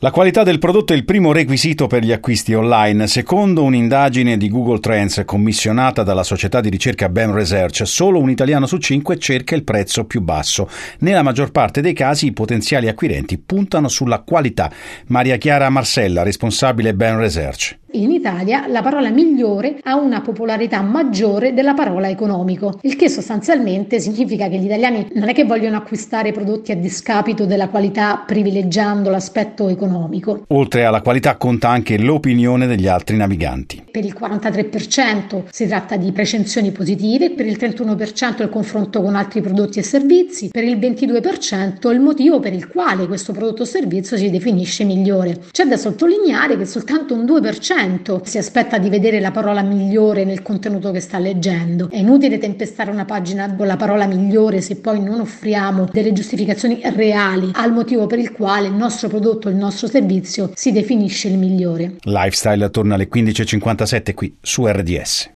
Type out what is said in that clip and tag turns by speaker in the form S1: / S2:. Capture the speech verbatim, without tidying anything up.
S1: La qualità del prodotto è il primo requisito per gli acquisti online. Secondo un'indagine di Google Trends commissionata dalla società di ricerca BEM Research, solo un italiano su cinque cerca il prezzo più basso. Nella maggior parte dei casi i potenziali acquirenti puntano sulla qualità. Maria Chiara Marsella, responsabile BEM Research.
S2: In Italia la parola migliore ha una popolarità maggiore della parola economico, il che sostanzialmente significa che gli italiani non è che vogliono acquistare prodotti a discapito della qualità privilegiando l'aspetto economico.
S1: Oltre alla qualità conta anche l'opinione degli altri naviganti.
S2: Per il quarantatré per cento si tratta di recensioni positive, per il trentuno per cento il confronto con altri prodotti e servizi, per il ventidue per cento il motivo per il quale questo prodotto o servizio si definisce migliore. C'è da sottolineare che soltanto un due per cento si aspetta di vedere la parola migliore nel contenuto che sta leggendo. È inutile tempestare una pagina con la parola migliore se poi non offriamo delle giustificazioni reali al motivo per il quale il nostro prodotto, il nostro servizio si definisce il migliore.
S1: Lifestyle torna alle quindici e cinquantasette qui su R D S.